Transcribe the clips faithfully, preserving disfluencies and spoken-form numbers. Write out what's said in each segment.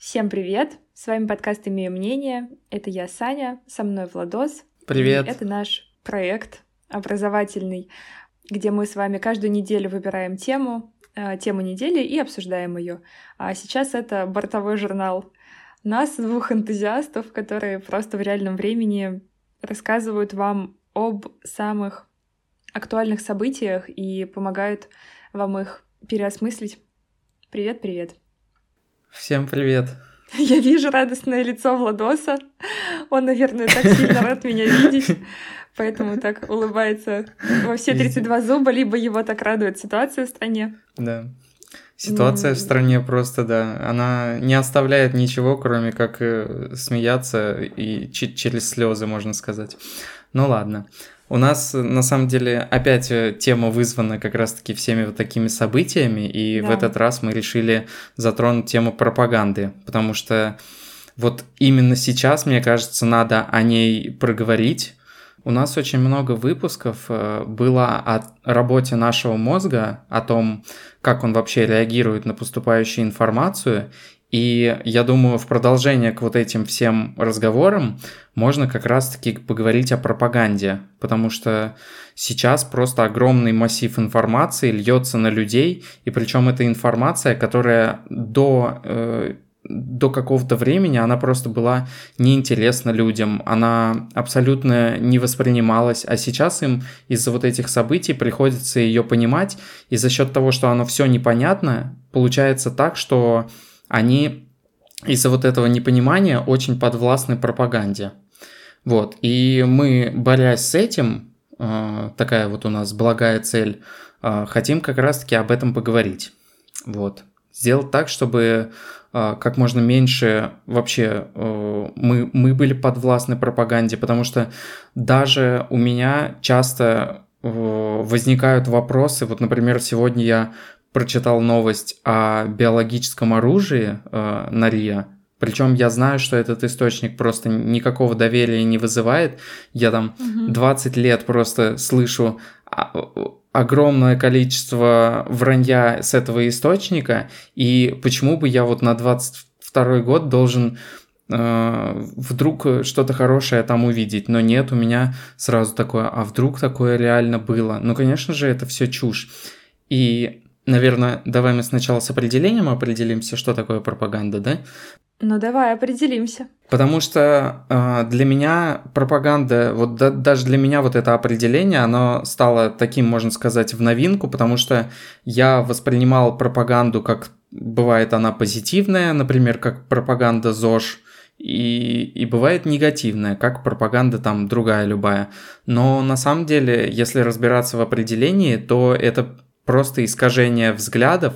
Всем привет! С вами подкаст «Имею мнение». Это я, Саня, со мной Владос. Привет! И это наш проект образовательный, где мы с вами каждую неделю выбираем тему, э, тему недели и обсуждаем ее. А сейчас это бортовой журнал нас, двух энтузиастов, которые просто в реальном времени рассказывают вам об самых актуальных событиях и помогают вам их переосмыслить. Привет-привет! Всем привет! Я вижу радостное лицо Владоса. Он, наверное, так сильно рад меня видеть, поэтому так улыбается во все тридцать два зуба, либо его так радует ситуация в стране. Да. Ситуация в стране просто, да, она не оставляет ничего, кроме как смеяться и через слезы, можно сказать. Ну ладно. У нас, на самом деле, опять тема вызвана как раз-таки всеми вот такими событиями, и да. В этот раз мы решили затронуть тему пропаганды, потому что вот именно сейчас, мне кажется, надо о ней проговорить. У нас очень много выпусков было о работе нашего мозга, о том, как он вообще реагирует на поступающую информацию. И я думаю, в продолжение к вот этим всем разговорам можно как раз-таки поговорить о пропаганде, потому что сейчас просто огромный массив информации льется на людей, и причем это информация, которая до... Э, до какого-то времени она просто была неинтересна людям, она абсолютно не воспринималась, а сейчас им из-за вот этих событий приходится ее понимать, и за счет того, что оно все непонятно, получается так, что они из-за вот этого непонимания очень подвластны пропаганде. Вот, и мы, борясь с этим, такая вот у нас благая цель, хотим как раз-таки об этом поговорить. Вот. Сделать так, чтобы как можно меньше вообще мы, мы были подвластны пропаганде, потому что даже у меня часто возникают вопросы. Вот, например, сегодня я прочитал новость о биологическом оружии на РИА, причем я знаю, что этот источник просто никакого доверия не вызывает. Я там угу. двадцать лет просто слышу огромное количество вранья с этого источника, и почему бы я вот на двадцать второй год должен э, вдруг что-то хорошее там увидеть, но нет, у меня сразу такое, а вдруг такое реально было? Ну, конечно же, это все чушь. И, наверное, давай мы сначала с определением определимся, что такое пропаганда, да? Ну, давай определимся. Потому что э, для меня пропаганда, вот да, даже для меня вот это определение, оно стало таким, можно сказать, в новинку, потому что я воспринимал пропаганду, как бывает она позитивная, например, как пропаганда ЗОЖ, и, и бывает негативная, как пропаганда там другая любая. Но на самом деле, если разбираться в определении, то это просто искажение взглядов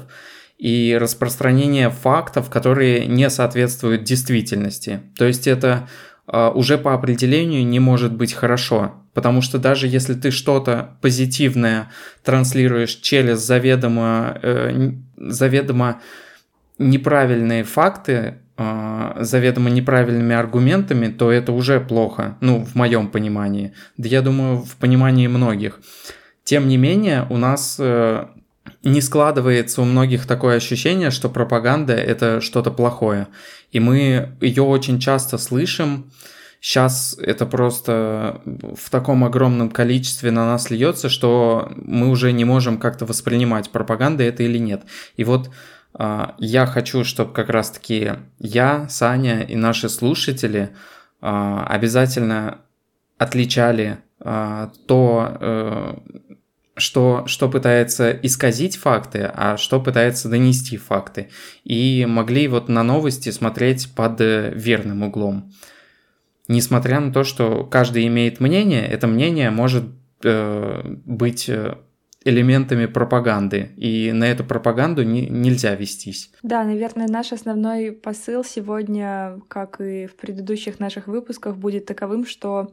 и распространение фактов, которые не соответствуют действительности. То есть это э, уже по определению не может быть хорошо, потому что даже если ты что-то позитивное транслируешь через заведомо, э, заведомо неправильные факты, э, заведомо неправильными аргументами, то это уже плохо, ну, в моем понимании. Да я думаю, в понимании многих. Тем не менее, у нас... Э, не складывается у многих такое ощущение, что пропаганда – это что-то плохое. И мы ее очень часто слышим. Сейчас это просто в таком огромном количестве на нас льется, что мы уже не можем как-то воспринимать, пропаганда это или нет. И вот э, я хочу, чтобы как раз-таки я, Саня и наши слушатели э, обязательно отличали э, то... Э, Что, что пытается исказить факты, а что пытается донести факты. И могли вот на новости смотреть под верным углом. Несмотря на то, что каждый имеет мнение, это мнение может э, быть элементами пропаганды. И на эту пропаганду не, нельзя вестись. Да, наверное, наш основной посыл сегодня, как и в предыдущих наших выпусках, будет таковым, что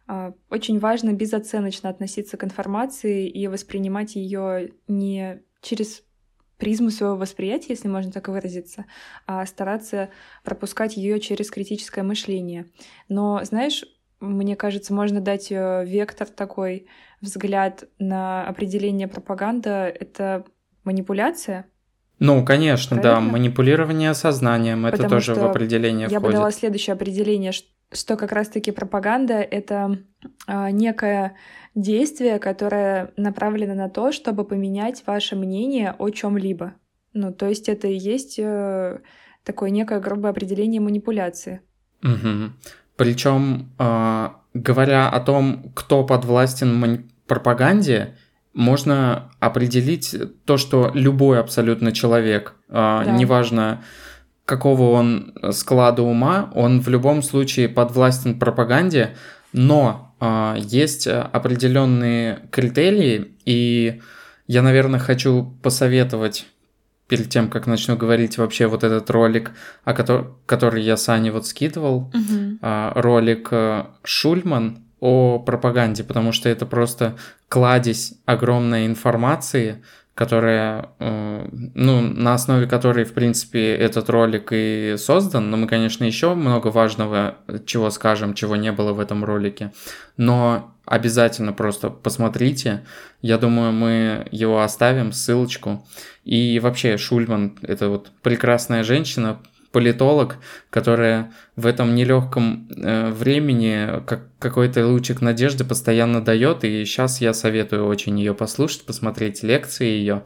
очень важно безоценочно относиться к информации и воспринимать ее не через призму своего восприятия, если можно так выразиться, а стараться пропускать ее через критическое мышление. Но, знаешь, мне кажется, можно дать вектор такой, взгляд на определение пропаганда — это манипуляция. Ну, конечно, да, Правильно? манипулирование сознанием, это Потому тоже в что определение я бы дала входит. следующее определение, ш- что как раз-таки пропаганда — это а, некое действие, которое направлено на то, чтобы поменять ваше мнение о чем-либо. Ну, то есть это и есть э, такое некое грубое определение манипуляции. Мгм. Причем, а, говоря о том, кто подвластен мани- пропаганде, можно определить то, что любой абсолютно человек, а, Да, неважно какого он склада ума, он в любом случае подвластен пропаганде, но а, есть определенные критерии, и я, наверное, хочу посоветовать перед тем, как начну говорить вообще вот этот ролик, о котор- который я Сане вот скидывал, Мгм. а, ролик э, Шульман о пропаганде, потому что это просто кладезь огромной информации, которая, э, ну, на основе которой, в принципе, этот ролик и создан, но мы, конечно, еще много важного, чего скажем, чего не было в этом ролике, но обязательно просто посмотрите, я думаю, мы его оставим, ссылочку. И вообще Шульман – это вот прекрасная женщина, политолог, которая в этом нелегком э, времени как какой-то лучик надежды постоянно дает. И сейчас я советую очень ее послушать, посмотреть лекции ее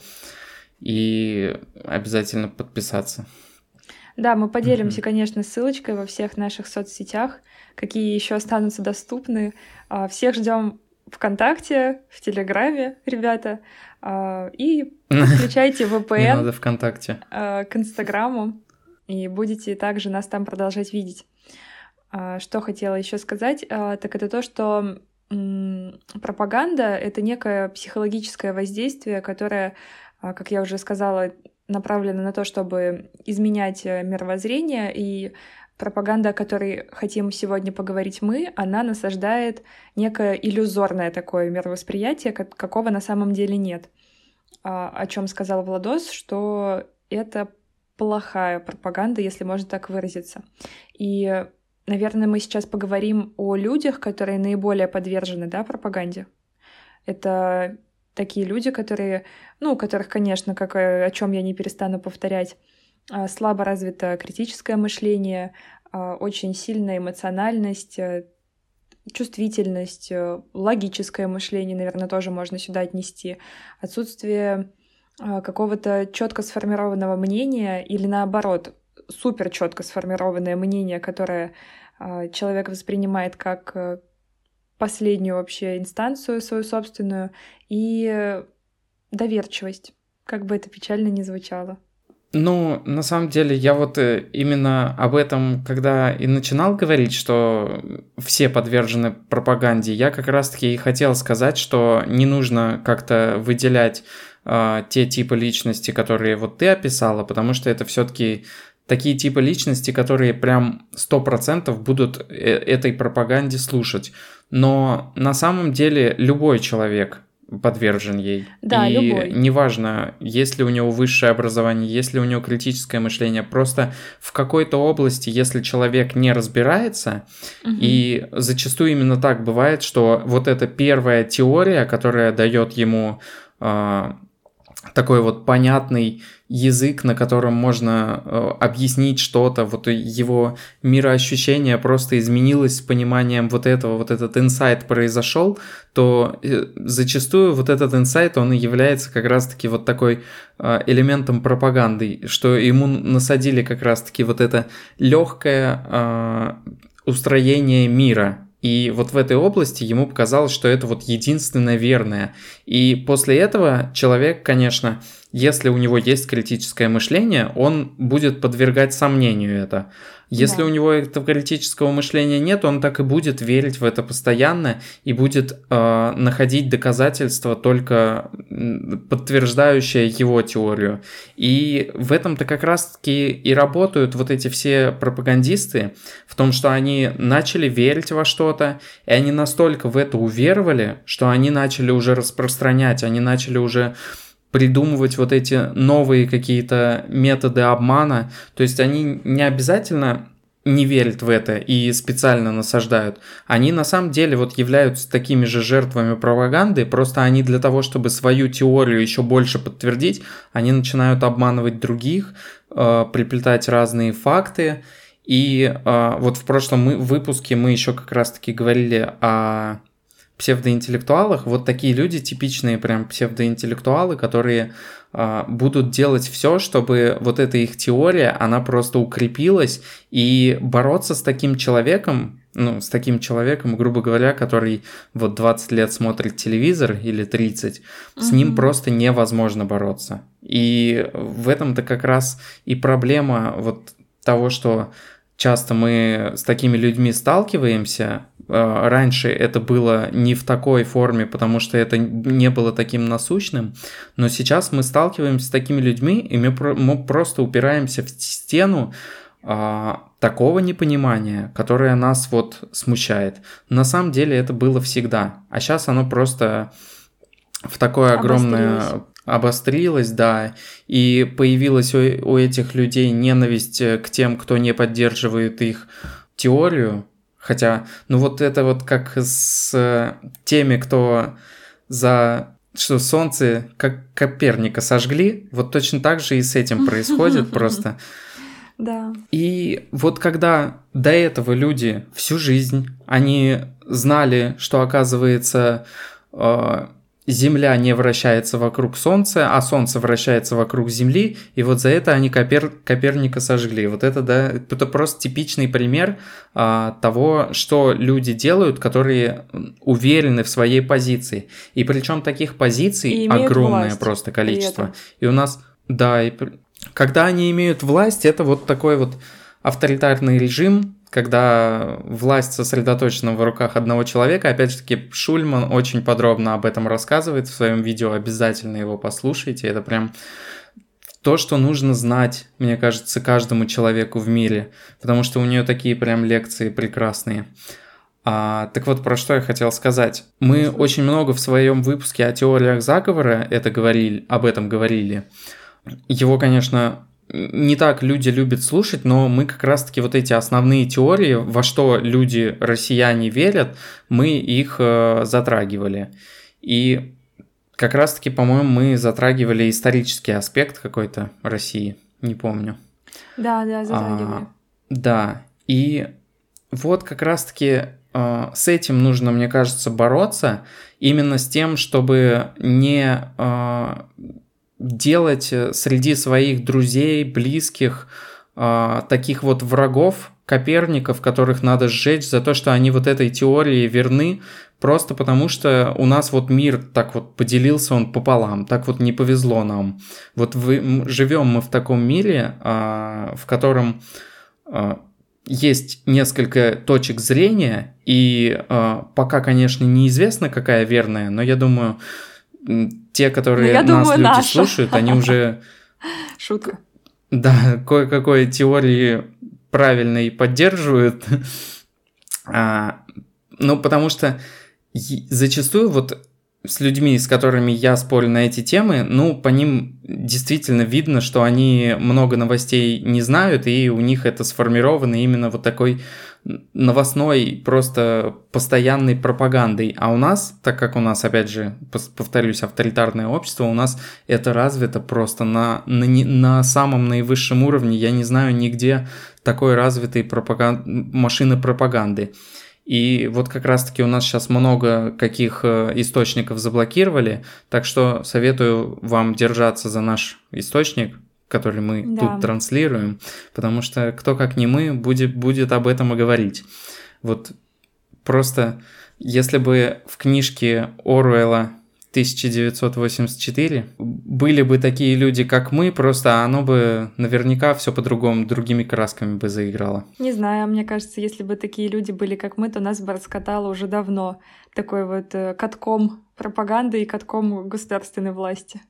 и обязательно подписаться. Да, мы поделимся, Мгм. конечно, ссылочкой во всех наших соцсетях, какие еще останутся доступны. А, Всех ждем ВКонтакте, в Телеграме, ребята. А, И подключайте Не V P N надо ВКонтакте. а, к Инстаграму, и будете также нас там продолжать видеть. А, Что хотела еще сказать, а, так это то, что м, пропаганда — это некое психологическое воздействие, которое, а, как я уже сказала, направлено на то, чтобы изменять э, мировоззрение, и пропаганда, о которой хотим сегодня поговорить мы, она насаждает некое иллюзорное такое мировосприятие, как- какого на самом деле нет. А, О чем сказал Владос, что это плохая пропаганда, если можно так выразиться. И, наверное, мы сейчас поговорим о людях, которые наиболее подвержены, да, пропаганде. Это такие люди, которые, ну, у которых, конечно, как, э, о чем я не перестану повторять, а, слабо развито критическое мышление, а, очень сильная эмоциональность, э, чувствительность, э, логическое мышление, наверное, тоже можно сюда отнести, отсутствие а, какого-то четко сформированного мнения или наоборот супер четко сформированное мнение, которое а, человек воспринимает как э, последнюю вообще инстанцию свою собственную, и э, доверчивость, как бы это печально ни звучало. Ну, на самом деле, я вот э, именно об этом, когда и начинал говорить, что все подвержены пропаганде, я как раз-таки и хотел сказать, что не нужно как-то выделять э, те типы личности, которые вот ты описала, потому что это все-таки такие типы личности, которые прям сто процентов будут э- этой пропаганде слушать. Но на самом деле любой человек подвержен ей. Да, И любой. неважно, есть ли у него высшее образование, есть ли у него критическое мышление, просто в какой-то области, если человек не разбирается, Мгм. и зачастую именно так бывает, что вот эта первая теория, которая дает ему а, такой вот понятный язык, на котором можно э, объяснить что-то, вот его мироощущение просто изменилось с пониманием вот этого, вот этот инсайт произошел, то э, зачастую вот этот инсайт, он и является как раз-таки вот такой э, элементом пропаганды, что ему насадили как раз-таки вот это легкое э, устроение мира. И вот в этой области ему показалось, что это вот единственное верное. И после этого человек, конечно, если у него есть критическое мышление, он будет подвергать сомнению это. Если Да. у него этого критического мышления нет, он так и будет верить в это постоянно и будет э, находить доказательства, только подтверждающие его теорию. И в этом-то как раз-таки и работают вот эти все пропагандисты, в том, что они начали верить во что-то, и они настолько в это уверовали, что они начали уже распространять, они начали уже придумывать вот эти новые какие-то методы обмана. То есть они не обязательно не верят в это и специально насаждают, они на самом деле вот являются такими же жертвами пропаганды, просто они для того, чтобы свою теорию еще больше подтвердить, они начинают обманывать других, э, приплетать разные факты. И э, вот в прошлом мы, выпуске мы еще как раз-таки говорили о псевдоинтеллектуалах. Вот такие люди, типичные прям псевдоинтеллектуалы, которые э, будут делать все, чтобы вот эта их теория, она просто укрепилась, и бороться с таким человеком, ну, с таким человеком, грубо говоря, который вот двадцать лет смотрит телевизор или тридцать, угу. с ним просто невозможно бороться. И в этом-то как раз и проблема вот того, что часто мы с такими людьми сталкиваемся. Раньше это было не в такой форме, потому что это не было таким насущным, но сейчас мы сталкиваемся с такими людьми, и мы просто упираемся в стену а, такого непонимания, которое нас вот смущает. На самом деле это было всегда, а сейчас оно просто в такое огромное... обострилась, да, и появилась у, у этих людей ненависть к тем, кто не поддерживает их теорию, хотя, ну вот это вот как с теми, кто за что Солнце как Коперника сожгли, вот точно так же и с этим происходит просто. Да. И вот когда до этого люди всю жизнь, они знали, что оказывается... Земля не вращается вокруг Солнца, а Солнце вращается вокруг Земли, и вот за это они Копер... Коперника сожгли. Вот это, да, это просто типичный пример а, того, что люди делают, которые уверены в своей позиции. И причем таких позиций огромное просто количество. И у нас, да, и... когда они имеют власть, это вот такой вот авторитарный режим, когда власть сосредоточена в руках одного человека. Опять же таки, Шульман очень подробно об этом рассказывает в своем видео, обязательно его послушайте. Это прям то, что нужно знать, мне кажется, каждому человеку в мире, потому что у нее такие прям лекции прекрасные. А, так вот, про что я хотел сказать. Мы очень много в своем выпуске о теориях заговора это говорили, об этом говорили. Его, конечно... не так люди любят слушать, но мы как раз-таки вот эти основные теории, во что люди, россияне верят, мы их э, затрагивали. И как раз-таки, по-моему, мы затрагивали исторический аспект какой-то России, не помню. Да, да, затрагивали. А, да, и вот как раз-таки э, с этим нужно, мне кажется, бороться, именно с тем, чтобы не... Э, делать среди своих друзей, близких, э, таких вот врагов, Коперников, которых надо сжечь за то, что они вот этой теории верны, просто потому что у нас вот мир так вот поделился он пополам, так вот не повезло нам. Вот вы, живем мы в таком мире, э, в котором э, есть несколько точек зрения, и э, пока, конечно, неизвестно, какая верная, но я думаю... те, которые нас думаю, люди наша. слушают, они уже... Шутка. Да, кое-какой теории правильной поддерживают. а, ну, потому что зачастую вот с людьми, с которыми я спорю на эти темы, ну, по ним действительно видно, что они много новостей не знают, и у них это сформировано именно вот такой новостной, просто постоянной пропагандой. А у нас, так как у нас, опять же, повторюсь, авторитарное общество, у нас это развито просто на, на, на самом наивысшем уровне. Я не знаю нигде такой развитой пропаган... машины пропаганды. И вот как раз-таки у нас сейчас много каких источников заблокировали, так что советую вам держаться за наш источник, который мы да. тут транслируем, потому что кто как не мы будет, будет об этом и говорить. Вот просто если бы в книжке Оруэлла тысяча девятьсот восемьдесят четыре были бы такие люди, как мы, просто оно бы наверняка все по-другому, другими красками бы заиграло. Не знаю, мне кажется, если бы такие люди были, как мы, то нас бы раскатало уже давно такой вот катком пропаганды и катком государственной власти.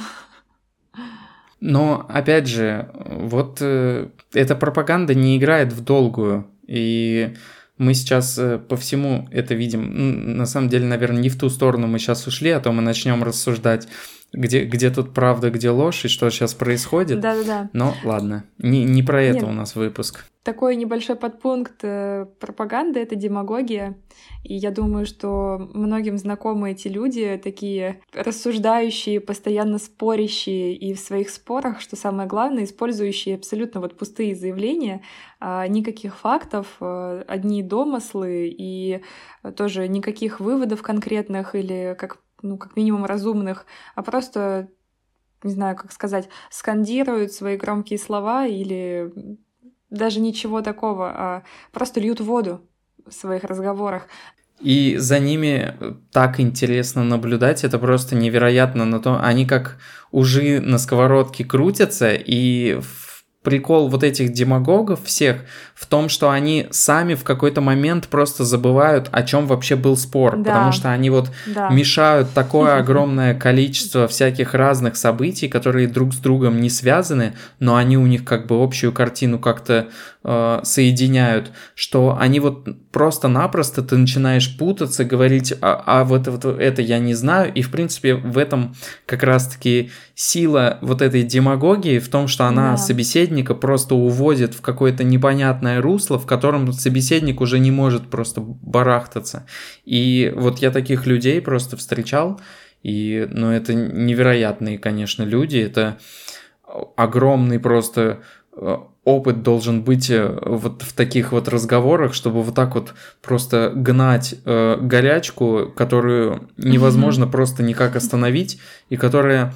Но, опять же, вот э, эта пропаганда не играет в долгую, и мы сейчас э, по всему это видим. Ну, на самом деле, наверное, не в ту сторону мы сейчас ушли, а то мы начнем рассуждать где, где тут правда, где ложь, и что сейчас происходит. Да-да-да. Но ладно, не, не про это Нет. у нас выпуск. Такой небольшой подпункт э, пропаганды — это демагогия. И я думаю, что многим знакомы эти люди, такие рассуждающие, постоянно спорящие и в своих спорах, что самое главное, использующие абсолютно вот пустые заявления, э, никаких фактов, э, одни домыслы и тоже никаких выводов конкретных или как, ну, как минимум разумных, а просто, не знаю, как сказать, скандируют свои громкие слова или даже ничего такого, а просто льют воду в своих разговорах. И за ними так интересно наблюдать, это просто невероятно. На то, они как ужи на сковородке крутятся, и прикол вот этих демагогов всех в том, что они сами в какой-то момент просто забывают, о чем вообще был спор, Да. потому что они вот Да. мешают такое огромное количество всяких разных событий, которые друг с другом не связаны, но они у них как бы общую картину как-то э, соединяют, что они вот просто-напросто ты начинаешь путаться, говорить, а, а вот, вот это я не знаю, и в принципе в этом как раз-таки сила вот этой демагогии в том, что она Да. собеседника просто уводит в какое-то непонятное русло, в котором собеседник уже не может просто барахтаться. И вот я таких людей просто встречал, и, ну, это невероятные, конечно, люди, это огромный просто опыт должен быть вот в таких вот разговорах, чтобы вот так вот просто гнать э, горячку, которую невозможно mm-hmm. просто никак остановить, и которая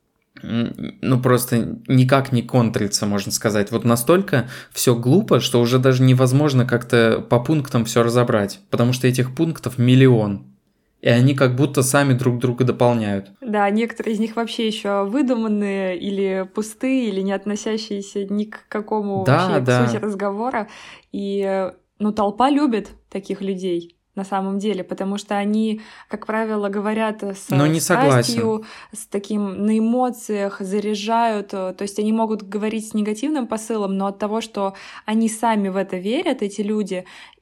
ну, просто никак не контрится, можно сказать. Вот настолько все глупо, что уже даже невозможно как-то по пунктам все разобрать, потому что этих пунктов миллион. И они как будто сами друг друга дополняют. Да, некоторые из них вообще еще выдуманные или пустые, или не относящиеся ни к какому да, вообще да. к сути разговора. И, ну, толпа любит таких людей. На самом деле, потому что они, как правило, говорят с Но не страстью, с таким на эмоциях, заряжают, то есть они могут говорить с негативным посылом, но от того, что они сами в это верят, эти люди,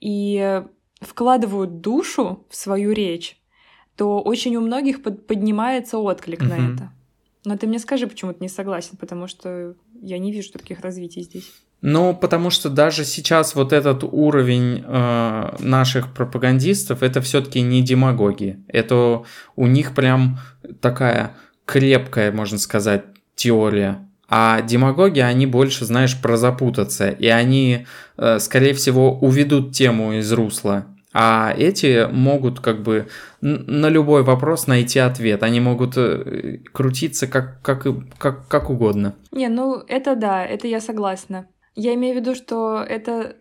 и вкладывают душу в свою речь, то очень у многих под, поднимается отклик mm-hmm. на это. Но ты мне скажи, почему ты не согласен, потому что я не вижу таких развитий здесь. Ну, потому что даже сейчас вот этот уровень э, наших пропагандистов, это все-таки не демагоги. Это у них прям такая крепкая, можно сказать, теория. А демагоги, они больше, знаешь, про запутаться. И они, э, скорее всего, уведут тему из русла. А эти могут как бы на любой вопрос найти ответ. Они могут крутиться как, как, как, как угодно. Не, ну это да, это я согласна. Я имею в виду, что это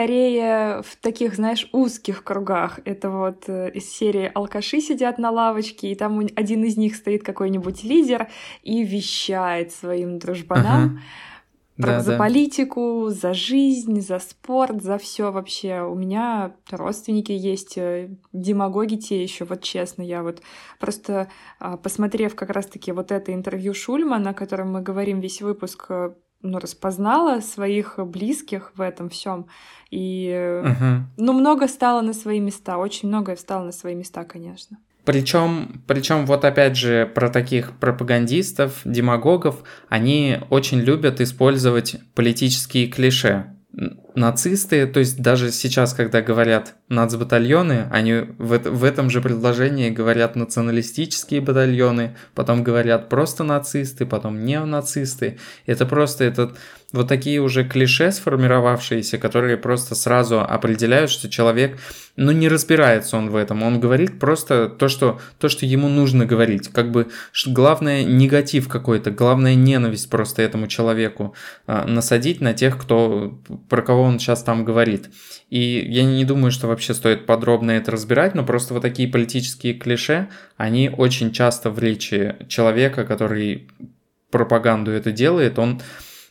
скорее в таких, знаешь, узких кругах. Это вот из серии алкаши сидят на лавочке, и там один из них стоит какой-нибудь лидер и вещает своим дружбанам. Ага. Про, да, за да. политику, за жизнь, за спорт, за все вообще. У меня родственники есть, демагоги те еще, вот честно. Я вот просто, посмотрев как раз-таки вот это интервью Шульмана, о котором мы говорим весь выпуск, ну, распознала своих близких в этом всем. И, uh-huh. ну, много стало на свои места, очень многое встало на свои места, конечно. Причем, причем вот опять же про таких пропагандистов, демагогов, они очень любят использовать политические клише. Нацисты, то есть даже сейчас, когда говорят нацбатальоны, они в, в этом же предложении говорят националистические батальоны, потом говорят просто нацисты, потом неонацисты. Это просто это, вот такие уже клише сформировавшиеся, которые просто сразу определяют, что человек, ну, не разбирается он в этом. Он говорит просто то, что, то, что ему нужно говорить. Как бы главное негатив какой-то, главное ненависть просто этому человеку э, насадить на тех, кто, про кого он сейчас там говорит. И я не думаю, что вообще стоит подробно это разбирать, но просто вот такие политические клише, они очень часто в речи человека, который пропаганду это делает, он...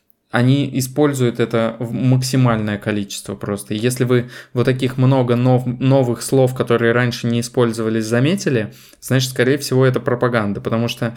они используют это в максимальное количество просто. И если вы вот таких много нов- новых слов, которые раньше не использовались, заметили, значит, скорее всего, это пропаганда. Потому что,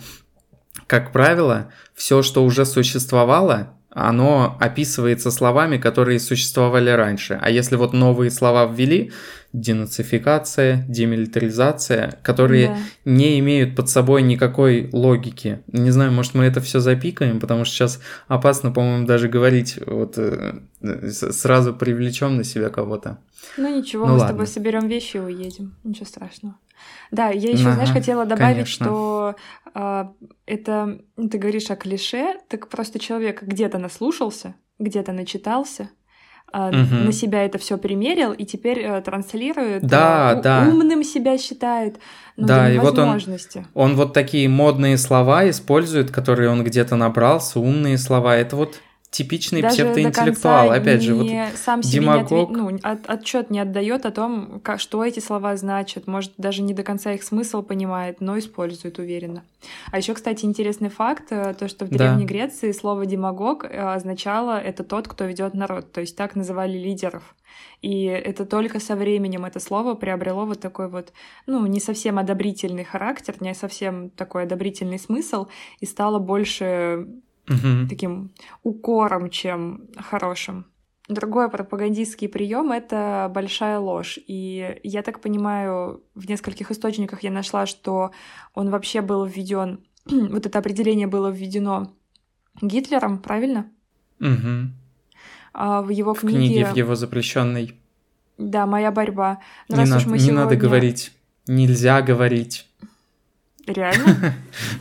как правило, все, что уже существовало, оно описывается словами, которые существовали раньше. А если вот новые слова ввели, денацификация, демилитаризация, которые Да. не имеют под собой никакой логики. Не знаю, может, мы это все запикаем, потому что сейчас опасно, по-моему, даже говорить, вот э, с- сразу привлечем на себя кого-то. Ну ничего, Ну мы с ладно. тобой соберем вещи и уедем. Ничего страшного. Да, я еще, знаешь, Ага, хотела добавить, конечно. что а, это, ну, ты говоришь о клише, так просто человек где-то наслушался, где-то начитался, а, на Мгм. себя это все примерил и теперь э, транслирует, Да, э, у- да. умным себя считает, ну, до Да, и вот он, невозможности. он вот такие модные слова использует, которые он где-то набрался, умные слова. Это вот типичный Даже до конца псевдоинтеллектуал. Опять же, вот не сам себе не отве- демагог. ну, от- отчет не отдает о том, ка- что эти слова значат. Может, даже не до конца их смысл понимает, но использует уверенно. А еще, кстати, интересный факт, э, то, что в Древней Да. Греции слово демагог э, означало это тот, кто ведет народ, то есть так называли лидеров. И это только со временем это слово приобрело вот такой вот, ну, не совсем одобрительный характер, не совсем такой одобрительный смысл, и стало больше Мгм. таким укором, чем хорошим. Другой пропагандистский прием — это большая ложь. И я так понимаю, в нескольких источниках я нашла, что он вообще был введен, вот это определение было введено Гитлером, правильно? Мгм. А в его В книге, в книге, его запрещенной. да, «Моя борьба». Но Не раз уж надо, мы не надо сегодня... говорить. Нельзя говорить. Реально?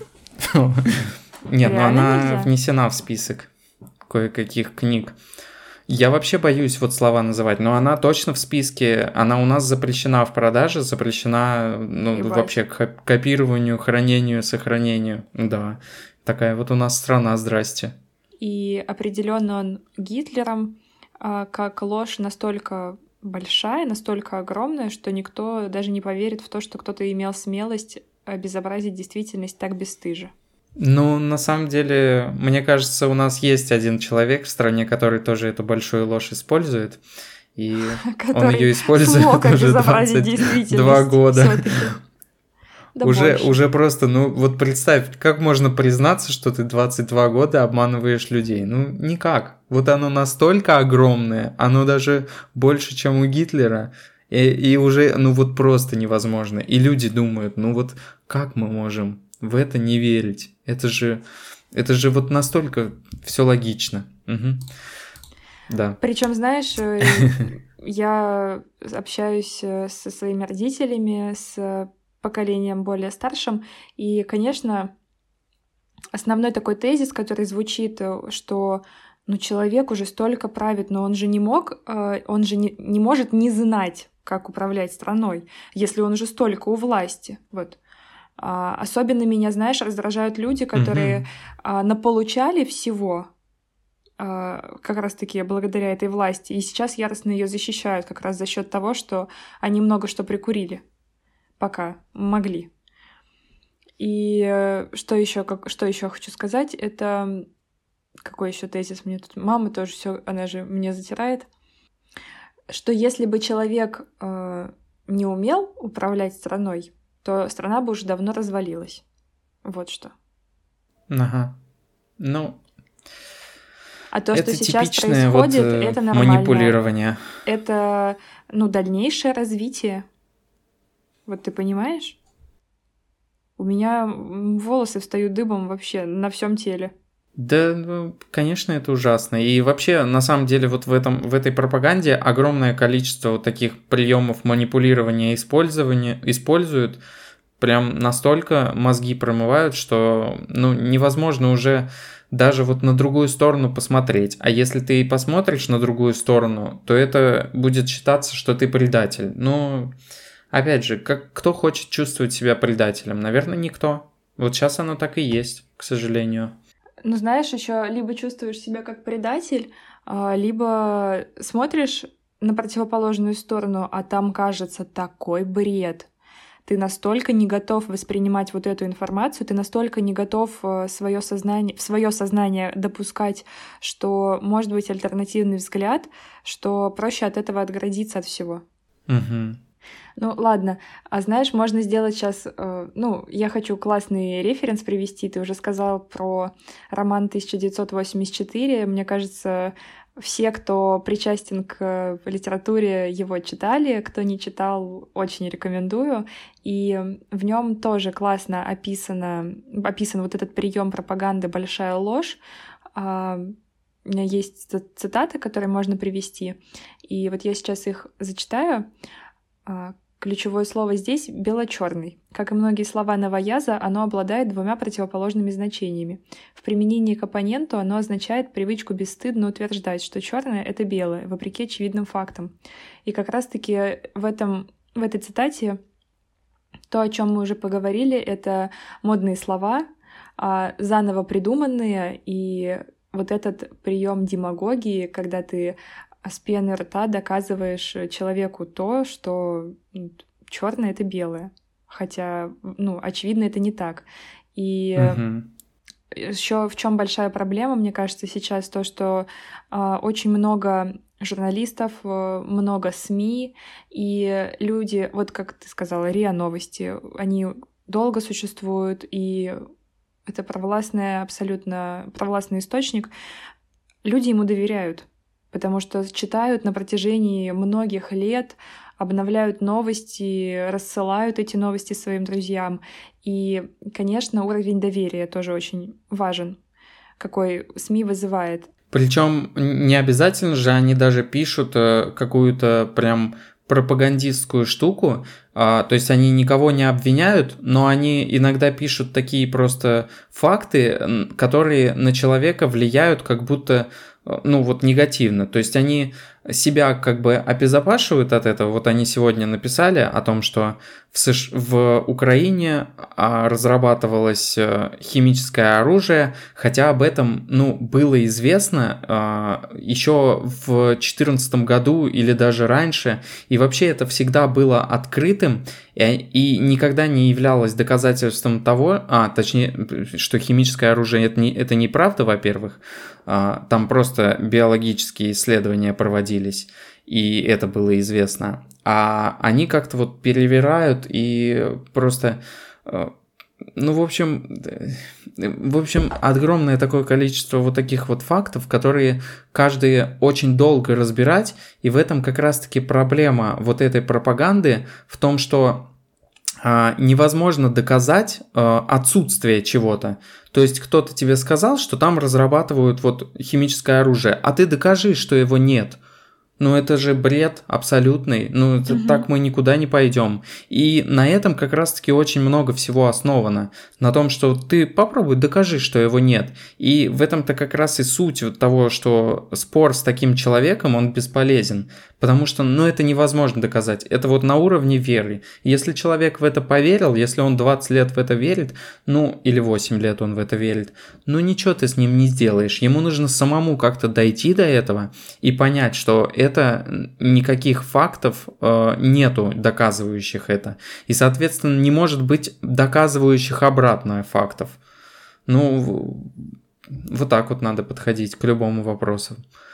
Нет, но Реально она нельзя? внесена в список кое-каких книг. Я вообще боюсь вот слова называть, но она точно в списке, она у нас запрещена в продаже, запрещена, ну, Ебать. вообще к ко- копированию, хранению, сохранению. Да, такая вот у нас страна, здрасте. И определен он Гитлером а, как ложь настолько большая, настолько огромная, что никто даже не поверит в то, что кто-то имел смелость обезобразить действительность так бесстыже. Ну, на самом деле, мне кажется, у нас есть один человек в стране, который тоже эту большую ложь использует, и он Который ее использует смог уже обезобразить двадцать два действительность года. всё-таки. Да Уже, больше. уже просто, ну вот представь, как можно признаться, что ты двадцать два года обманываешь людей? Ну, никак. Вот оно настолько огромное, оно даже больше, чем у Гитлера, и, и уже, ну вот просто невозможно. И люди думают, ну вот как мы можем в это не верить? Это же, это же вот настолько все логично. Мгм. Да. Причем, знаешь, э, я общаюсь э, со своими родителями, с поколением более старшим, и, конечно, основной такой тезис, который звучит, э, что ну, человек уже столько правит, но он же не мог, э, он же не, не может не знать, как управлять страной, если он уже столько у власти. Вот. А, особенно меня, знаешь, раздражают люди, которые Мгм. а, наполучали всего, а, как раз-таки благодаря этой власти, и сейчас яростно ее защищают как раз за счет того, что они много что прикурили, пока могли. И э, что еще, как, что еще хочу сказать, это какой еще тезис мне тут мама тоже все, она же мне затирает, что если бы человек э, не умел управлять страной, то страна бы уже давно развалилась. Вот что. Ага. Ну, А то, что это сейчас типичное вот происходит, э, это нормально. манипулирование. Это, ну, дальнейшее развитие. Вот ты понимаешь? У меня м, волосы встают дыбом вообще на всем теле. Да, ну, конечно, это ужасно. И вообще, на самом деле, вот в этом, в этой пропаганде огромное количество вот таких приемов манипулирования и использования используют. Прям настолько мозги промывают, что ну, невозможно уже даже вот на другую сторону посмотреть. А если ты посмотришь на другую сторону, то это будет считаться, что ты предатель. Ну, опять же, как, кто хочет чувствовать себя предателем? Наверное, никто. Вот сейчас оно так и есть, к сожалению. Ну, знаешь, еще либо чувствуешь себя как предатель, а, либо смотришь на противоположную сторону, а там кажется такой бред. Ты настолько не готов воспринимать вот эту информацию, ты настолько не готов свое сознание, в свое сознание допускать, что может быть альтернативный взгляд, что проще от этого отгородиться от всего. Угу. Ну ладно, а знаешь, можно сделать сейчас, э, ну, я хочу классный референс привести. Ты уже сказал про роман тысяча девятьсот восемьдесят четыре. Мне кажется, Все, кто причастен к литературе, его читали, кто не читал, очень рекомендую. И в нем тоже классно описано, описан вот этот прием пропаганды «большая ложь». У меня есть цитаты, которые можно привести. И вот я сейчас их зачитаю. Ключевое слово здесь — бело-черный. Как и многие слова новояза, оно обладает двумя противоположными значениями. В применении к оппоненту оно означает привычку бесстыдно утверждать, что черное — это белое, вопреки очевидным фактам. И как раз-таки в, этом, в этой цитате то, о чем мы уже поговорили, это модные слова, заново придуманные, и вот этот прием демагогии, когда ты с пены рта доказываешь человеку то, что черное — это белое. Хотя, ну, очевидно, это не так. И Мгм. еще в чем большая проблема, мне кажется, сейчас то, что э, очень много журналистов, э, много СМИ, и люди, вот как ты сказала, РИА Новости, они долго существуют, и это провластный, абсолютно провластный источник. Люди ему доверяют, потому что читают на протяжении многих лет, обновляют новости, рассылают эти новости своим друзьям. И, конечно, уровень доверия тоже очень важен, какой СМИ вызывает. Причем не обязательно же они даже пишут э, какую-то прям пропагандистскую штуку, а, то есть они никого не обвиняют, но они иногда пишут такие просто факты, которые на человека влияют как будто, ну вот, негативно. То есть они себя как бы обезопашивают от этого. Вот они сегодня написали о том, что в, США, в Украине разрабатывалось химическое оружие, хотя об этом, ну, было известно еще в две тысячи четырнадцатом году или даже раньше, и вообще это всегда было открытым и, и никогда не являлось доказательством того, а точнее, что химическое оружие это не, это неправда, во-первых, там просто биологические исследования проводились, и это было известно. А они как-то вот перевирают и просто... Ну, в общем, в общем, огромное такое количество вот таких вот фактов, которые каждый очень долго разбирать, и в этом как раз-таки проблема вот этой пропаганды в том, что а, невозможно доказать а, отсутствие чего-то. То есть кто-то тебе сказал, что там разрабатывают вот химическое оружие, а ты докажи, что его нет. Ну, это же бред абсолютный. Ну, это, угу. Так мы никуда не пойдем. И на этом как раз-таки очень много всего основано. На том, что ты попробуй, докажи, что его нет. И в этом-то как раз и суть вот того, что спор с таким человеком, он бесполезен. Потому что, ну, это невозможно доказать. Это вот на уровне веры. Если человек в это поверил, если он двадцать лет в это верит, ну, или восемь лет он в это верит, ну, ничего ты с ним не сделаешь. Ему нужно самому как-то дойти до этого и понять, что это никаких фактов э, нету, доказывающих это. И, соответственно, не может быть доказывающих обратное фактов. Ну, вот так вот надо подходить к любому вопросу.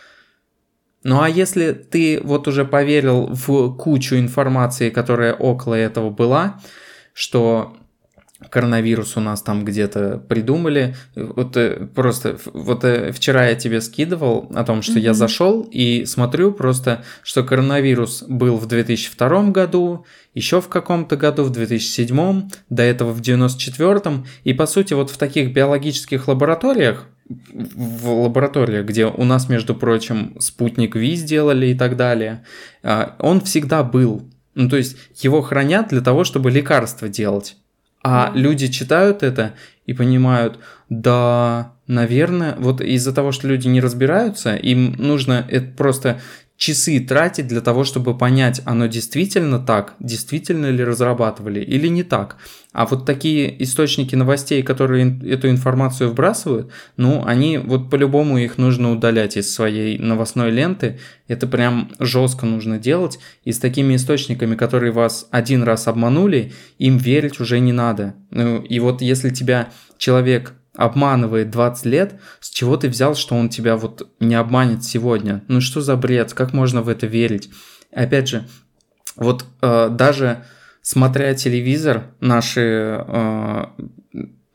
Ну а если ты вот уже поверил в кучу информации, которая около этого была, что коронавирус у нас там где-то придумали, вот просто вот вчера я тебе скидывал о том, что mm-hmm. я зашел и смотрю просто, что коронавирус был в две тысячи втором году, еще в каком-то году, в две тысячи седьмом, до этого в девяносто четвёртом, и по сути вот в таких биологических лабораториях, в лабораториях, где у нас, между прочим, спутник Ви сделали и так далее, он всегда был. Ну, то есть его хранят для того, чтобы лекарства делать. А mm. люди читают это и понимают, да, наверное, вот из-за того, что люди не разбираются, им нужно это просто часы тратить для того, чтобы понять, оно действительно так, действительно ли разрабатывали или не так. А вот такие источники новостей, которые эту информацию вбрасывают, ну, они вот по-любому их нужно удалять из своей новостной ленты. Это прям жестко нужно делать. И с такими источниками, которые вас один раз обманули, им верить уже не надо. Ну, и вот если тебя человек обманывает двадцать лет, с чего ты взял, что он тебя вот не обманет сегодня? Ну что за бред? Как можно в это верить? Опять же, вот э, даже смотря телевизор, наши, э,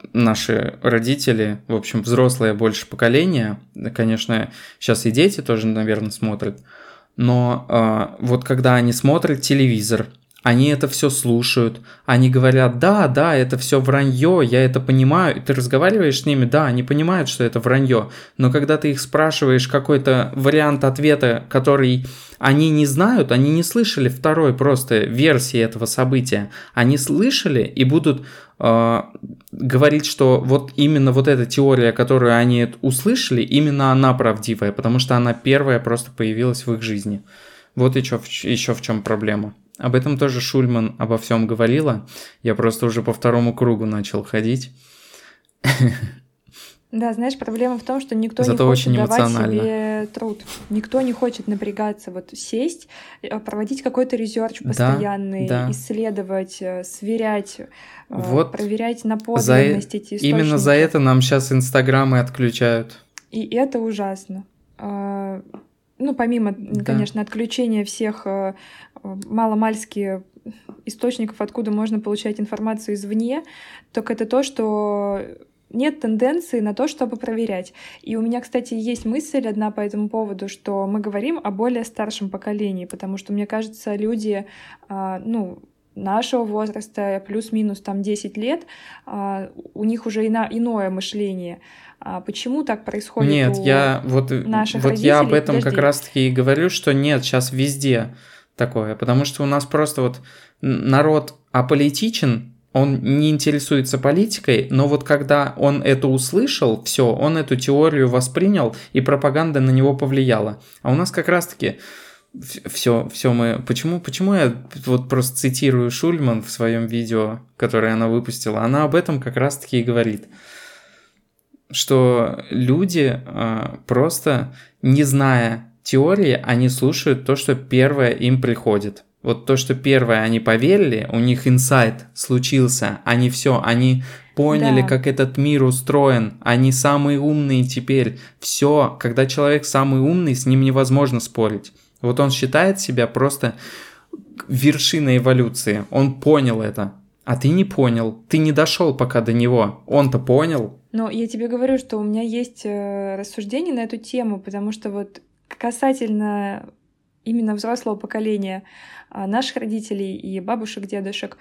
наши родители, в общем, взрослое больше поколение, конечно, сейчас и дети тоже, наверное, смотрят, но э, вот когда они смотрят телевизор, они это все слушают, они говорят, да, да, это все вранье, я это понимаю, и ты разговариваешь с ними, да, они понимают, что это вранье, но когда ты их спрашиваешь какой-то вариант ответа, который они не знают, они не слышали второй просто версии этого события, они слышали и будут э, говорить, что вот именно вот эта теория, которую они услышали, именно она правдивая, потому что она первая просто появилась в их жизни. Вот еще, еще в чем проблема. Об этом тоже Шульман обо всем говорила. Я просто уже по второму кругу начал ходить. Да, знаешь, проблема в том, что никто Зато не хочет очень давать эмоционально. себе труд. Никто не хочет напрягаться, вот сесть, проводить какой-то ресерч постоянный, да, да. исследовать, сверять, вот проверять на подлинность за... эти источники. Именно за это нам сейчас инстаграмы отключают. И это ужасно. Ну, помимо, да. конечно, отключения всех маломальски источников, откуда можно получать информацию извне, только это то, что нет тенденции на то, чтобы проверять. И у меня, кстати, есть мысль одна по этому поводу, что мы говорим о более старшем поколении, потому что, мне кажется, люди, ну, нашего возраста, плюс-минус там десять лет, у них уже ино, иное мышление. А почему так происходит нет, у я, вот, наших вот родителей? я об этом Подожди. как раз-таки и говорю, что нет, сейчас везде такое, потому что у нас просто вот народ аполитичен, он не интересуется политикой, но вот когда он это услышал, все, он эту теорию воспринял, и пропаганда на него повлияла. А у нас как раз-таки все, все мы... Почему, почему я вот просто цитирую Шульман в своем видео, которое она выпустила? Она об этом как раз-таки и говорит, что люди э, просто, не зная теории, они слушают то, что первое им приходит. Вот то, что первое они поверили, у них инсайт случился, они все, они поняли, да. как этот мир устроен, они самые умные теперь. Все, когда человек самый умный, с ним невозможно спорить. Вот он считает себя просто вершиной эволюции, он понял это. А ты не понял, ты не дошел пока до него, он-то понял. Но я тебе говорю, что у меня есть рассуждения на эту тему, потому что вот касательно именно взрослого поколения наших родителей и бабушек, дедушек,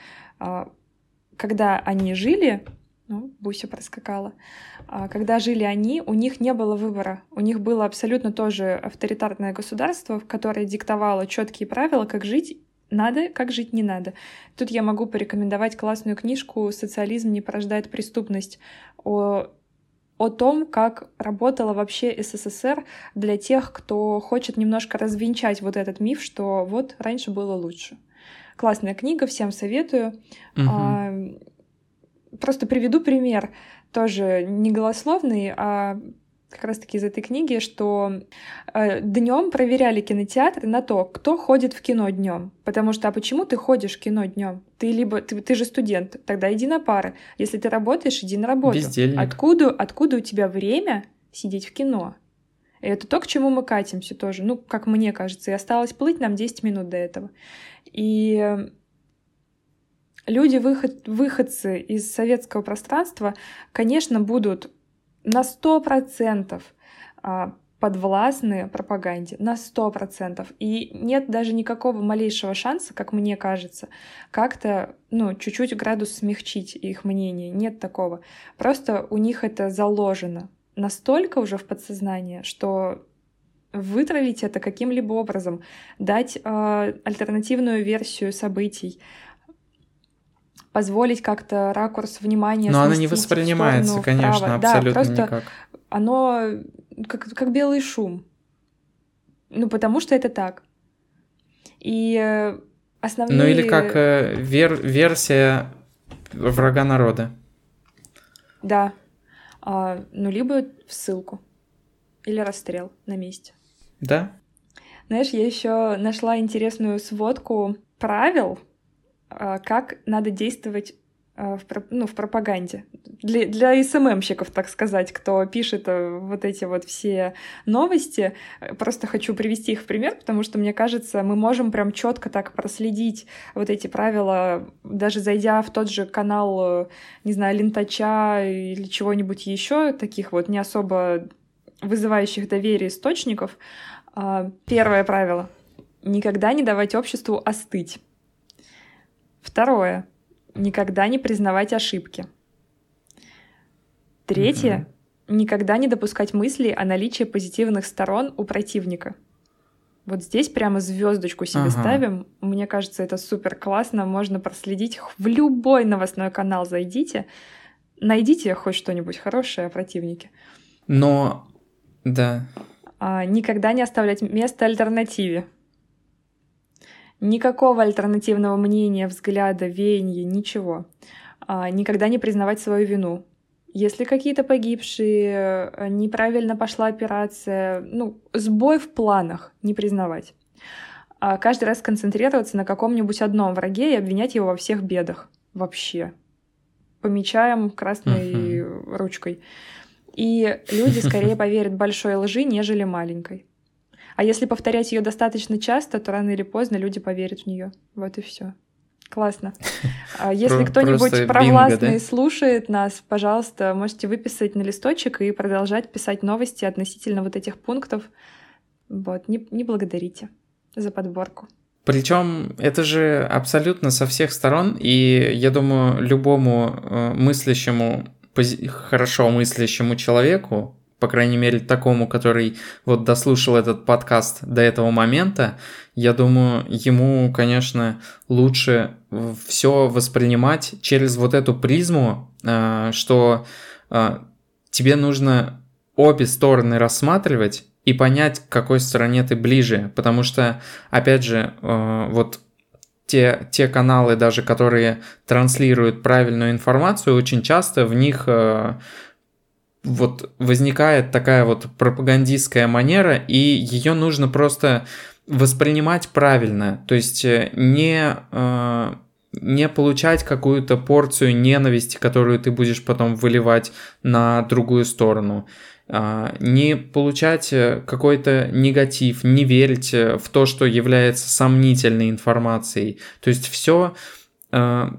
когда они жили, ну, Буся проскакала, когда жили они, у них не было выбора. У них было абсолютно тоже авторитарное государство, которое диктовало четкие правила, как жить надо, как жить не надо. Тут я могу порекомендовать классную книжку «Социализм не порождает преступность» о, о том, как работала вообще СССР для тех, кто хочет немножко развенчать вот этот миф, что вот раньше было лучше. Классная книга, всем советую. Угу. А, просто приведу пример, тоже не голословный, а как раз-таки из этой книги, что э, днем проверяли кинотеатры на то, кто ходит в кино днем. Потому что, а почему ты ходишь в кино днем? Ты либо ты, ты же студент, тогда иди на пары. Если ты работаешь, иди на работу. Бездельник. Откуда, откуда у тебя время сидеть в кино? И это то, к чему мы катимся тоже. Ну, как мне кажется, и осталось плыть нам десять минут до этого. И люди, выход, выходцы из советского пространства, конечно, будут на сто процентов подвластны пропаганде, на сто процентов. И нет даже никакого малейшего шанса, как мне кажется, как-то, ну, чуть-чуть градус смягчить их мнение. Нет такого. Просто у них это заложено настолько уже в подсознание, что вытравить это каким-либо образом, дать э, альтернативную версию событий, позволить как-то ракурс внимания Но сместить она не воспринимается, конечно, вправо. абсолютно да, просто никак. Оно как, как белый шум. Ну, потому что это так. И основные... Ну, или как э, вер- версия врага народа. Да. А, ну, либо в ссылку. Или расстрел на месте. Да? Знаешь, я еще нашла интересную сводку правил, как надо действовать в, ну, в пропаганде. Для, для эс эм эм-щиков, так сказать, кто пишет вот эти вот все новости. Просто хочу привести их в пример, потому что, мне кажется, мы можем прям четко так проследить вот эти правила, даже зайдя в тот же канал, не знаю, Лентача или чего-нибудь еще, таких вот не особо вызывающих доверие источников. Первое правило — никогда не давать обществу остыть. Второе — никогда не признавать ошибки. Третье mm-hmm. — никогда не допускать мысли о наличии позитивных сторон у противника. Вот здесь прямо звездочку себе ага. ставим. Мне кажется, это супер классно. Можно проследить в любой новостной канал. Зайдите, найдите хоть что-нибудь хорошее о противнике. Но, да. А, никогда не оставлять место альтернативе. Никакого альтернативного мнения, взгляда, веяния, ничего. А, никогда не признавать свою вину. Если какие-то погибшие, неправильно пошла операция, ну, сбой в планах, не признавать. А каждый раз концентрироваться на каком-нибудь одном враге и обвинять его во всех бедах. Вообще. Помечаем красной uh-huh. ручкой. И люди скорее поверят большой лжи, нежели маленькой. А если повторять ее достаточно часто, то рано или поздно люди поверят в нее. Вот и все. Классно. Если кто-нибудь провластный бинго, да? слушает нас, пожалуйста, можете выписать на листочек и продолжать писать новости относительно вот этих пунктов. Вот, не, не благодарите за подборку. Причем это же абсолютно со всех сторон, и я думаю, любому мыслящему, хорошо мыслящему человеку, по крайней мере, такому, который вот дослушал этот подкаст до этого момента, я думаю, ему, конечно, лучше все воспринимать через вот эту призму, что тебе нужно обе стороны рассматривать и понять, к какой стороне ты ближе, потому что, опять же, вот те, те каналы даже, которые транслируют правильную информацию, очень часто в них вот возникает такая вот пропагандистская манера, и ее нужно просто воспринимать правильно, то есть не, э, не получать какую-то порцию ненависти, которую ты будешь потом выливать на другую сторону, э, не получать какой-то негатив, не верить в то, что является сомнительной информацией, то есть все... Э,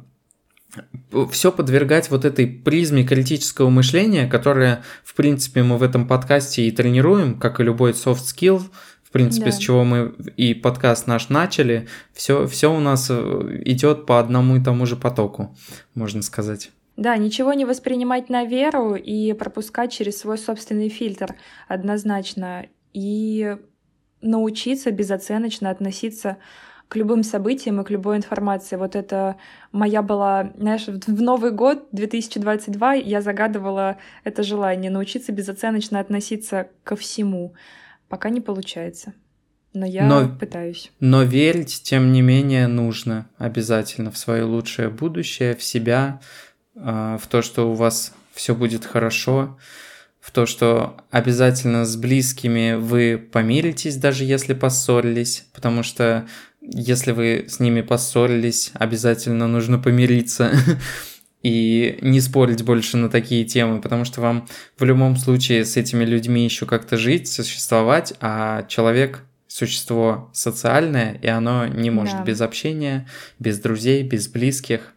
все подвергать вот этой призме критического мышления, которое, в принципе, мы в этом подкасте и тренируем, как и любой soft skill, в принципе, да. с чего мы и подкаст наш начали, все, все у нас идет по одному и тому же потоку, можно сказать. Да, ничего не воспринимать на веру и пропускать через свой собственный фильтр однозначно, и научиться безоценочно относиться к любым событиям и к любой информации. Вот это моя была, знаешь, в Новый год две тысячи двадцать два я загадывала это желание — научиться безоценочно относиться ко всему. Пока не получается, но я но, пытаюсь. Но верить, тем не менее, нужно обязательно в свое лучшее будущее, в себя, в то, что у вас все будет хорошо, в то, что обязательно с близкими вы помиритесь, даже если поссорились, потому что если вы с ними поссорились, обязательно нужно помириться и не спорить больше на такие темы, потому что вам в любом случае с этими людьми еще как-то жить, существовать, а человек – существо социальное, и оно не может да. без общения, без друзей, без близких.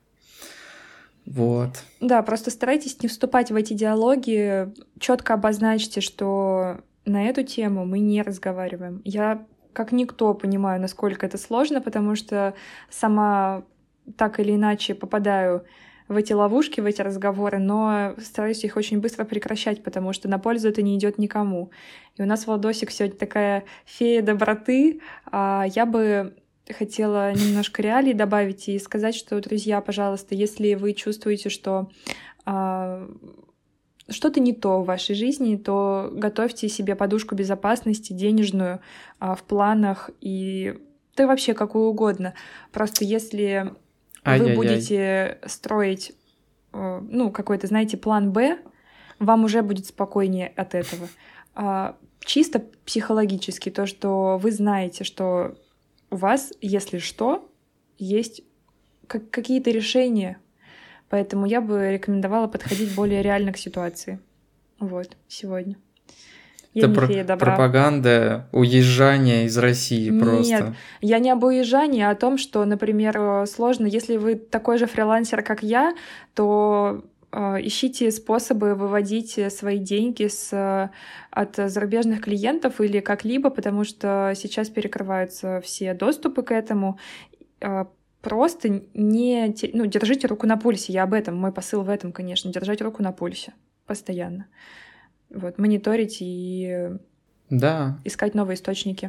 Вот. Да, просто старайтесь не вступать в эти диалоги, четко обозначьте, что на эту тему мы не разговариваем. Я как никто понимаю, насколько это сложно, потому что сама так или иначе попадаю в эти ловушки, в эти разговоры, но стараюсь их очень быстро прекращать, потому что на пользу это не идет никому. И у нас Владосик сегодня такая фея доброты, а я бы хотела немножко реалий добавить и сказать, что, друзья, пожалуйста, если вы чувствуете, что а, что-то не то в вашей жизни, то готовьте себе подушку безопасности денежную а, в планах и да вообще какую угодно. Просто если Ай-яй-яй. вы будете строить ну, какой-то, знаете, план Б, вам уже будет спокойнее от этого. А, чисто психологически то, что вы знаете, что у вас, если что, есть какие-то решения, Поэтому я бы рекомендовала подходить более реально к ситуации. Вот, сегодня. Я Это про- пропаганда уезжания из России Нет, просто. Нет, я не об уезжании, а о том, что, например, сложно, если вы такой же фрилансер, как я, то э, ищите способы выводить свои деньги с, от зарубежных клиентов или как-либо, потому что сейчас перекрываются все доступы к этому. Э, просто не... Ну, держите руку на пульсе, я об этом, мой посыл в этом, конечно, держать руку на пульсе постоянно. Вот, мониторить и да. искать новые источники.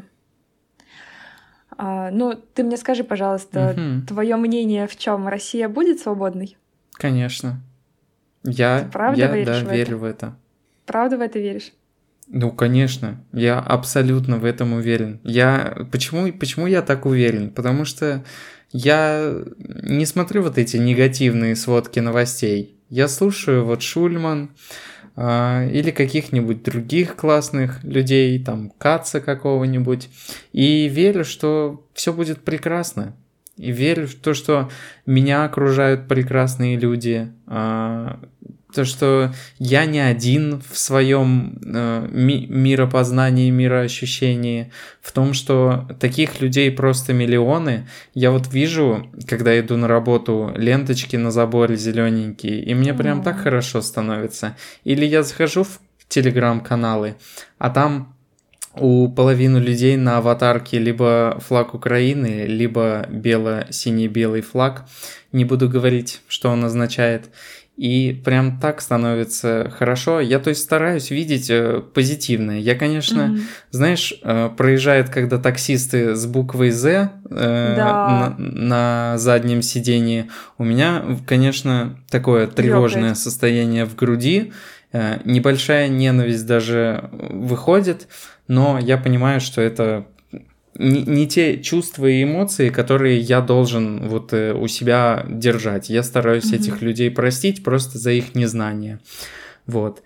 А, ну, ты мне скажи, пожалуйста, угу. твое мнение в чем? Россия будет свободной? Конечно. Я, ты правда я веришь да, в верю это? в это. Правда в это веришь? Ну, конечно, я абсолютно в этом уверен. Я... Почему, почему я так уверен? Потому что я не смотрю вот эти негативные сводки новостей. Я слушаю вот Шульман, или каких-нибудь других классных людей, там, Каца какого-нибудь, и верю, что все будет прекрасно. И верю в то, что меня окружают прекрасные люди, то, что я не один в своем э, ми- миропознании, мироощущении, в том, что таких людей просто миллионы. Я вот вижу, когда иду на работу, ленточки на заборе зелененькие, и мне mm-hmm. прям так хорошо становится. Или я захожу в телеграм-каналы, а там у половины людей на аватарке либо флаг Украины, либо бело-синий-белый флаг. Не буду говорить, что он означает. И прям так становится хорошо. Я, то есть, стараюсь видеть э, позитивное. Я, конечно, mm-hmm. знаешь, э, проезжает, когда таксисты с буквой «З» э, да. на, на заднем сидении. У меня, конечно, такое тревожное Ёкает. состояние в груди. Э, небольшая ненависть даже выходит, но я понимаю, что это... Не, не те чувства и эмоции, которые я должен вот э, у себя держать. Я стараюсь mm-hmm. этих людей простить просто за их незнание. Вот.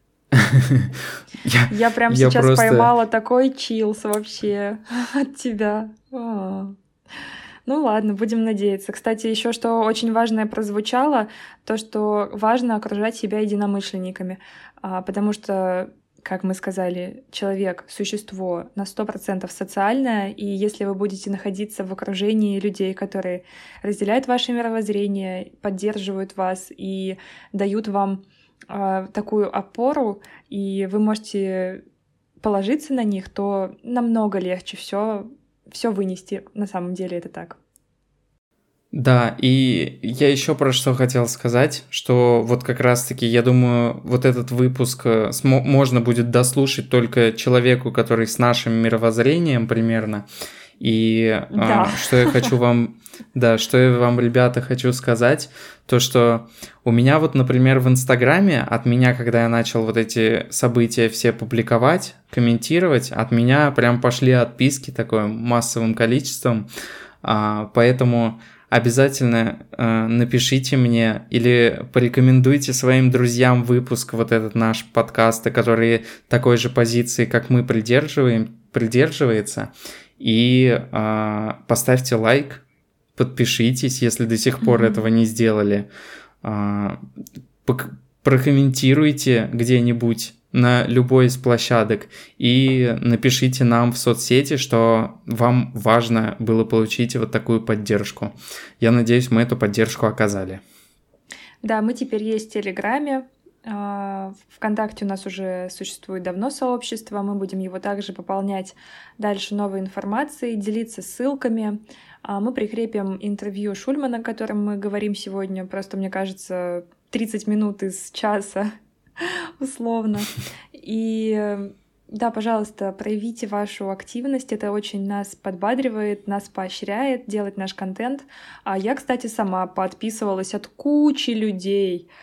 я, я прям я сейчас просто... поймала такой чилс вообще от тебя. А-а-а. Ну ладно, будем надеяться. Кстати, еще что очень важное прозвучало, то, что важно окружать себя единомышленниками, а, потому что как мы сказали, человек, существо на сто процентов социальное, и если вы будете находиться в окружении людей, которые разделяют ваше мировоззрение, поддерживают вас и дают вам э, такую опору, и вы можете положиться на них, то намного легче все все вынести. На самом деле это так. Да, и я еще про что хотел сказать, что вот как раз-таки, я думаю, вот этот выпуск смо- можно будет дослушать только человеку, который с нашим мировоззрением примерно. И да. а, что я хочу вам, да, что я вам, ребята, хочу сказать, то, что у меня вот, например, в Инстаграме, от меня, когда я начал вот эти события все публиковать, комментировать, от меня прям пошли отписки такое массовым количеством, а, поэтому... Обязательно э, напишите мне или порекомендуйте своим друзьям выпуск, вот этот наш подкаст, которые такой же позиции, как мы, придерживаем, придерживается. И э, поставьте лайк, подпишитесь, если до сих пор mm-hmm. этого не сделали. Э, пок- прокомментируйте где-нибудь на любой из площадок и напишите нам в соцсети, что вам важно было получить вот такую поддержку. Я надеюсь, мы эту поддержку оказали. Да, мы теперь есть в Телеграме. ВКонтакте у нас уже существует давно сообщество, мы будем его также пополнять дальше новой информацией, делиться ссылками. Мы прикрепим интервью Шульмана, о котором мы говорим сегодня, просто, мне кажется, тридцать минут из часа, условно. И да, пожалуйста, проявите вашу активность, это очень нас подбадривает, нас поощряет делать наш контент. А я, кстати, сама подписывалась от кучи людей,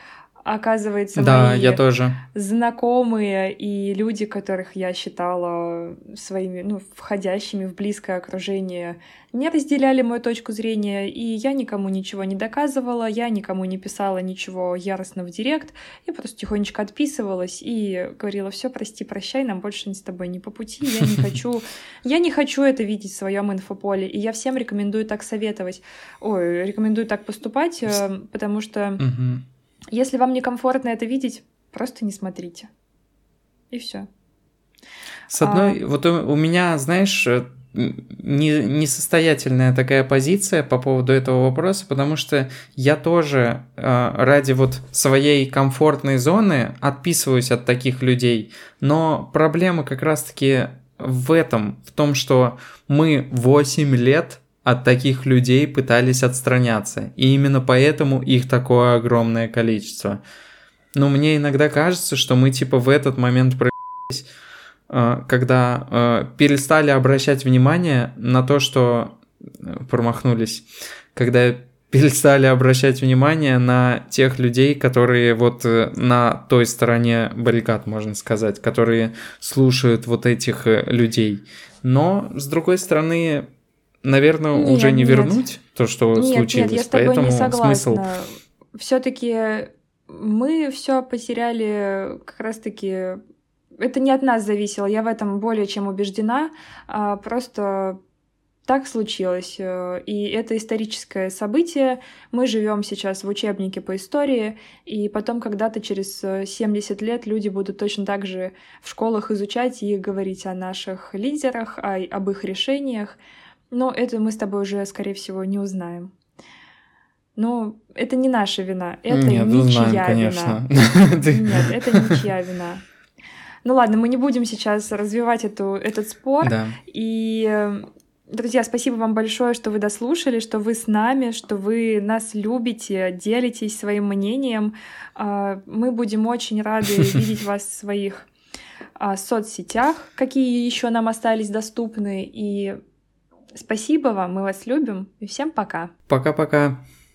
оказывается, Да, мои я тоже. знакомые и люди, которых я считала своими, ну, входящими в близкое окружение, не разделяли мою точку зрения, и я никому ничего не доказывала, я никому не писала ничего яростно в директ, я просто тихонечко отписывалась и говорила: все, прости, прощай, нам больше с тобой не по пути, я не хочу, я не хочу это видеть в своем инфополе, и я всем рекомендую так советовать, ой, рекомендую так поступать, потому что Угу. если вам некомфортно это видеть, просто не смотрите. И все. С одной, а... вот у, у меня, знаешь, не, несостоятельная такая позиция по поводу этого вопроса, потому что я тоже э, ради вот своей комфортной зоны отписываюсь от таких людей, но проблема как раз-таки в этом, в том, что мы восемь лет от таких людей пытались отстраняться, и именно поэтому их такое огромное количество. Но мне иногда кажется, что мы типа в этот момент проебались, когда э, перестали обращать внимание на то, что промахнулись, когда перестали обращать внимание на тех людей, которые вот на той стороне баррикад, можно сказать, которые слушают вот этих людей. Но, с другой стороны, наверное, нет, уже не нет. вернуть то, что нет, случилось. Нет, я с тобой поэтому не согласна. Смысл... Все-таки мы все потеряли как раз-таки. Это не от нас зависело, я в этом более чем убеждена. А просто так случилось. И это историческое событие. Мы живем сейчас в учебнике по истории, и потом когда-то через семьдесят лет люди будут точно так же в школах изучать и говорить о наших лидерах, о, об их решениях. Но это мы с тобой уже, скорее всего, не узнаем. Но это не наша вина, это Нет, ничья узнаем, конечно. вина. Нет, это ничья вина. Ну ладно, мы не будем сейчас развивать эту, этот спор. Да. И, друзья, спасибо вам большое, что вы дослушали, что вы с нами, что вы нас любите, делитесь своим мнением. Мы будем очень рады видеть вас в своих соцсетях, какие еще нам остались доступны. И спасибо вам, мы вас любим. И всем пока. Пока-пока.